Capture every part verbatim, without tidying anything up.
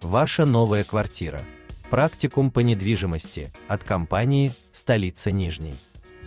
Ваша новая квартира. Практикум по недвижимости от компании «Столица Нижней».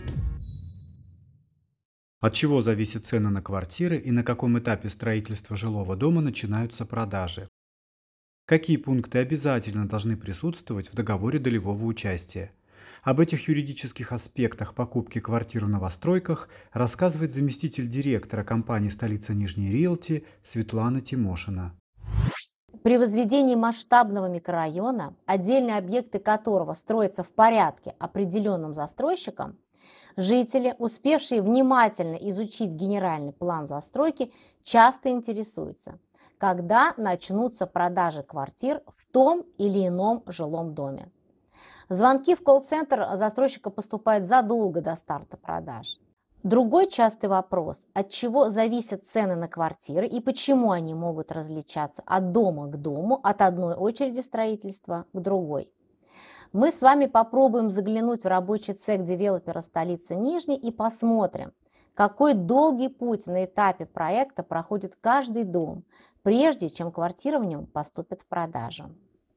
От чего зависят цены на квартиры и на каком этапе строительства жилого дома начинаются продажи? Какие пункты обязательно должны присутствовать в договоре долевого участия? Об этих юридических аспектах покупки квартир в новостройках рассказывает заместитель директора компании «Столица Нижней Риэлти» Светлана Тимошина. При возведении масштабного микрорайона, отдельные объекты которого строятся в порядке, определенном застройщиком, жители, успевшие внимательно изучить генеральный план застройки, часто интересуются, когда начнутся продажи квартир в том или ином жилом доме. Звонки в колл-центр застройщика поступают задолго до старта продаж. Другой частый вопрос, от чего зависят цены на квартиры и почему они могут различаться от дома к дому, от одной очереди строительства к другой. Мы с вами попробуем заглянуть в рабочий цех девелопера «Столица Нижней» и посмотрим, какой долгий путь на этапе проекта проходит каждый дом, прежде чем квартира в нем поступит в продажу.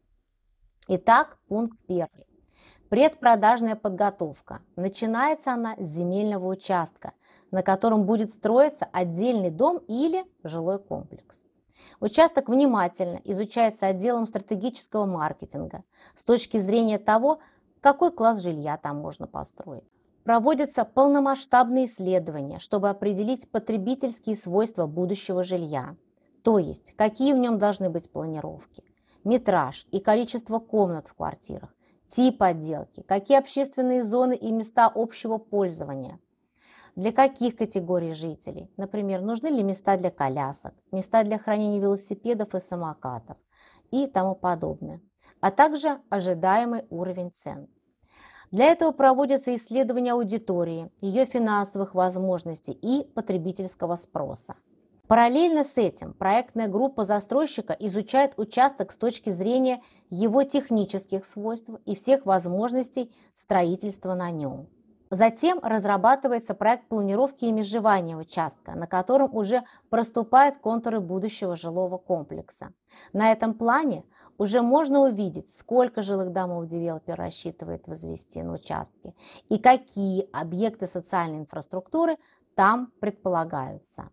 Итак, пункт первый. Предпродажная подготовка. Начинается она с земельного участка, на котором будет строиться отдельный дом или жилой комплекс. Участок внимательно изучается отделом стратегического маркетинга с точки зрения того, какой класс жилья там можно построить. Проводятся полномасштабные исследования, чтобы определить потребительские свойства будущего жилья, то есть какие в нем должны быть планировки, метраж и количество комнат в квартирах, тип отделки, какие общественные зоны и места общего пользования, для каких категорий жителей, например, нужны ли места для колясок, места для хранения велосипедов и самокатов и тому подобное, а также ожидаемый уровень цен. Для этого проводятся исследования аудитории, ее финансовых возможностей и потребительского спроса. Параллельно с этим проектная группа застройщика изучает участок с точки зрения его технических свойств и всех возможностей строительства на нем. Затем разрабатывается проект планировки и межевания участка, на котором уже проступают контуры будущего жилого комплекса. На этом плане уже можно увидеть, сколько жилых домов девелопер рассчитывает возвести на участке и какие объекты социальной инфраструктуры там предполагаются.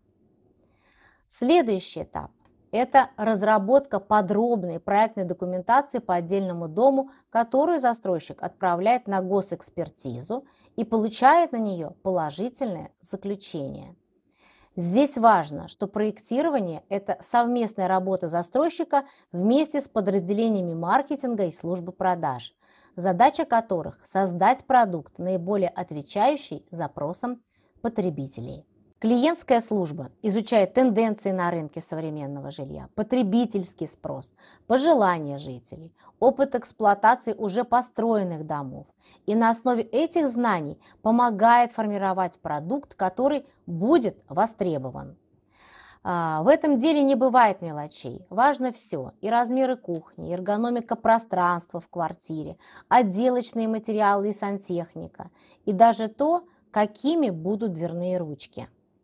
Следующий этап – это разработка подробной проектной документации по отдельному дому, которую застройщик отправляет на госэкспертизу и получает на нее положительное заключение. Здесь важно, что проектирование – это совместная работа застройщика вместе с подразделениями маркетинга и службы продаж, задача которых – создать продукт, наиболее отвечающий запросам потребителей. Клиентская служба изучает тенденции на рынке современного жилья, потребительский спрос, пожелания жителей, опыт эксплуатации уже построенных домов и на основе этих знаний помогает формировать продукт, который будет востребован. В этом деле не бывает мелочей, важно все: и размеры кухни, и эргономика пространства в квартире, отделочные материалы и сантехника, и даже то, какими будут дверные ручки.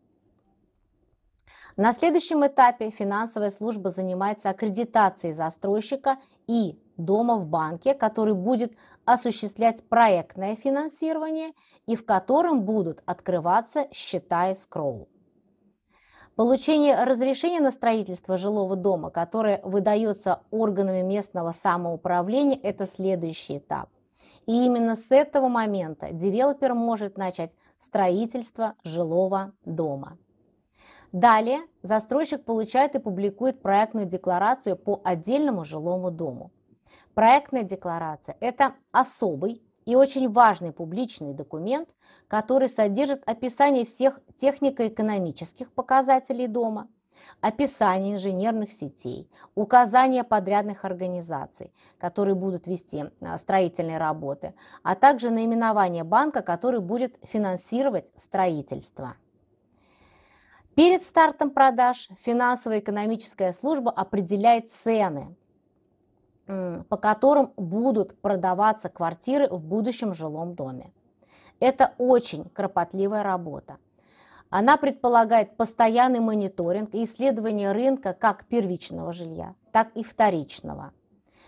На следующем этапе финансовая служба занимается аккредитацией застройщика и дома в банке, который будет осуществлять проектное финансирование и в котором будут открываться счета эскроу. Получение разрешения на строительство жилого дома, которое выдается органами местного самоуправления, это следующий этап. И именно с этого момента девелопер может начать строительство жилого дома. Далее застройщик получает и публикует проектную декларацию по отдельному жилому дому. Проектная декларация – это особый и очень важный публичный документ, который содержит описание всех технико-экономических показателей дома, описание инженерных сетей, указания подрядных организаций, которые будут вести строительные работы, а также наименование банка, который будет финансировать строительство. Перед стартом продаж финансово-экономическая служба определяет цены, по которым будут продаваться квартиры в будущем жилом доме. Это очень кропотливая работа. Она предполагает постоянный мониторинг и исследование рынка как первичного жилья, так и вторичного.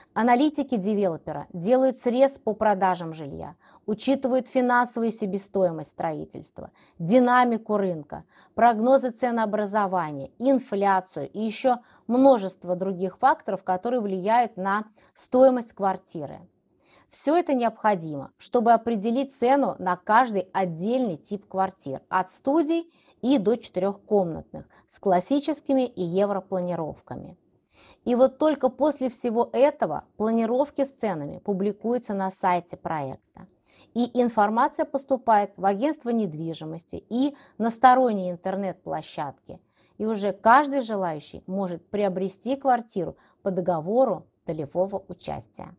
Аналитики девелопера делают срез по продажам жилья, учитывают финансовую себестоимость строительства, динамику рынка, прогнозы ценообразования, инфляцию и еще множество других факторов, которые влияют на стоимость квартиры. Все это необходимо, чтобы определить цену на каждый отдельный тип квартир, от студий и до четырехкомнатных, с классическими и европланировками. И вот только после всего этого планировки с ценами публикуются на сайте проекта. И информация поступает в агентство недвижимости и на сторонние интернет-площадки. И уже каждый желающий может приобрести квартиру по договору долевого участия.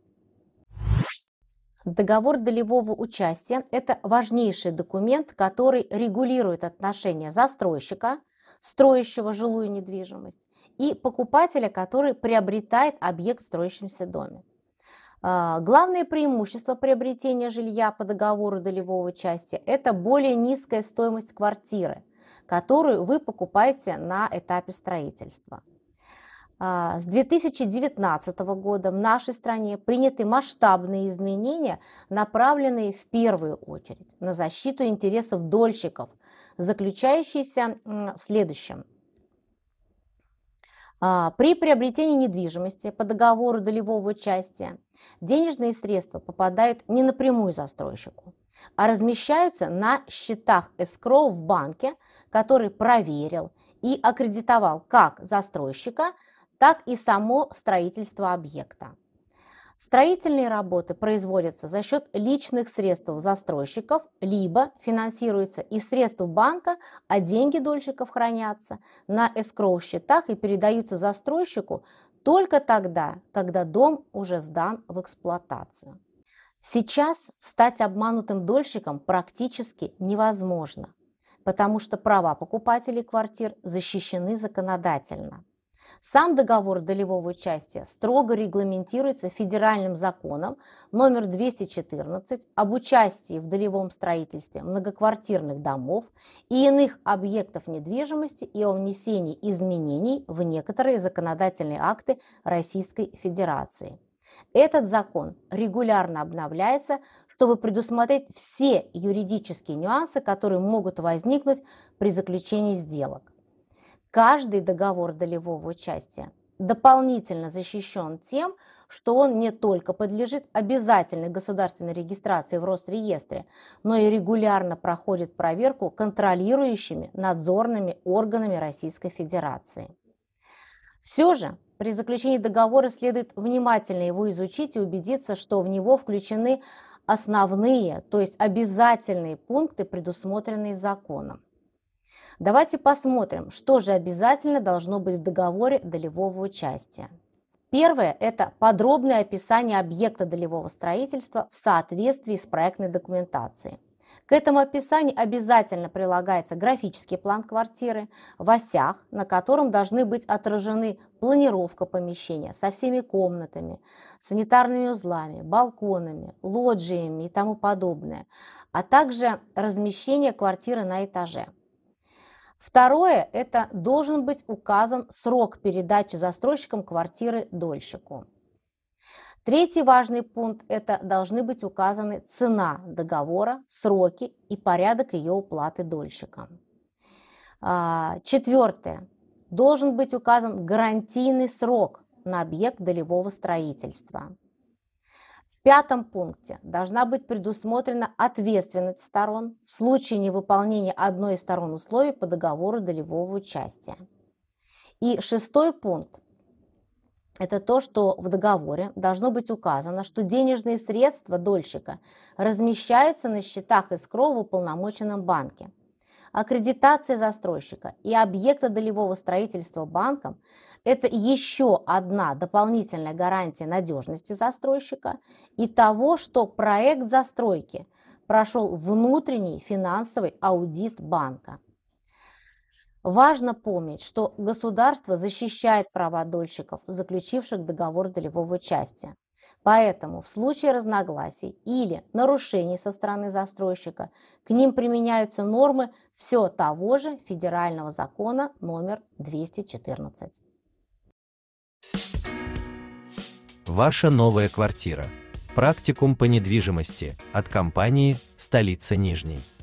Договор долевого участия – это важнейший документ, который регулирует отношения застройщика, строящего жилую недвижимость, и покупателя, который приобретает объект в строящемся доме. Главное преимущество приобретения жилья по договору долевого участия – это более низкая стоимость квартиры, которую вы покупаете на этапе строительства. С две тысячи девятнадцатого года в нашей стране приняты масштабные изменения, направленные в первую очередь на защиту интересов дольщиков, заключающиеся в следующем. При приобретении недвижимости по договору долевого участия денежные средства попадают не напрямую застройщику, а размещаются на счетах эскроу в банке, который проверил и аккредитовал как застройщика, так и само строительство объекта. Строительные работы производятся за счет личных средств застройщиков, либо финансируются из средств банка, а деньги дольщиков хранятся на эскроу-счетах и передаются застройщику только тогда, когда дом уже сдан в эксплуатацию. Сейчас стать обманутым дольщиком практически невозможно, потому что права покупателей квартир защищены законодательно. Сам договор долевого участия строго регламентируется федеральным законом номер двести четырнадцать об участии в долевом строительстве многоквартирных домов и иных объектов недвижимости и о внесении изменений в некоторые законодательные акты Российской Федерации. Этот закон регулярно обновляется, чтобы предусмотреть все юридические нюансы, которые могут возникнуть при заключении сделок. Каждый договор долевого участия дополнительно защищен тем, что он не только подлежит обязательной государственной регистрации в Росреестре, но и регулярно проходит проверку контролирующими надзорными органами Российской Федерации. Все же при заключении договора следует внимательно его изучить и убедиться, что в него включены основные, то есть обязательные пункты, предусмотренные законом. Давайте посмотрим, что же обязательно должно быть в договоре долевого участия. Первое – это подробное описание объекта долевого строительства в соответствии с проектной документацией. К этому описанию обязательно прилагается графический план квартиры в осях, на котором должны быть отражены планировка помещения со всеми комнатами, санитарными узлами, балконами, лоджиями и тому подобное, а также размещение квартиры на этаже. Второе – это должен быть указан срок передачи застройщиком квартиры дольщику. Третий важный пункт – это должны быть указаны цена договора, сроки и порядок ее уплаты дольщикам. Четвертое – должен быть указан гарантийный срок на объект долевого строительства. В пятом пункте должна быть предусмотрена ответственность сторон в случае невыполнения одной из сторон условий по договору долевого участия. И шестой пункт – это то, что в договоре должно быть указано, что денежные средства дольщика размещаются на счетах эскроу в уполномоченном банке. Аккредитация застройщика и объекта долевого строительства банком – это еще одна дополнительная гарантия надежности застройщика и того, что проект застройки прошел внутренний финансовый аудит банка. Важно помнить, что государство защищает права дольщиков, заключивших договор долевого участия. Поэтому в случае разногласий или нарушений со стороны застройщика к ним применяются нормы все того же федерального закона номер двести четырнадцать. Ваша новая квартира. Практикум по недвижимости от компании «Столица Нижний».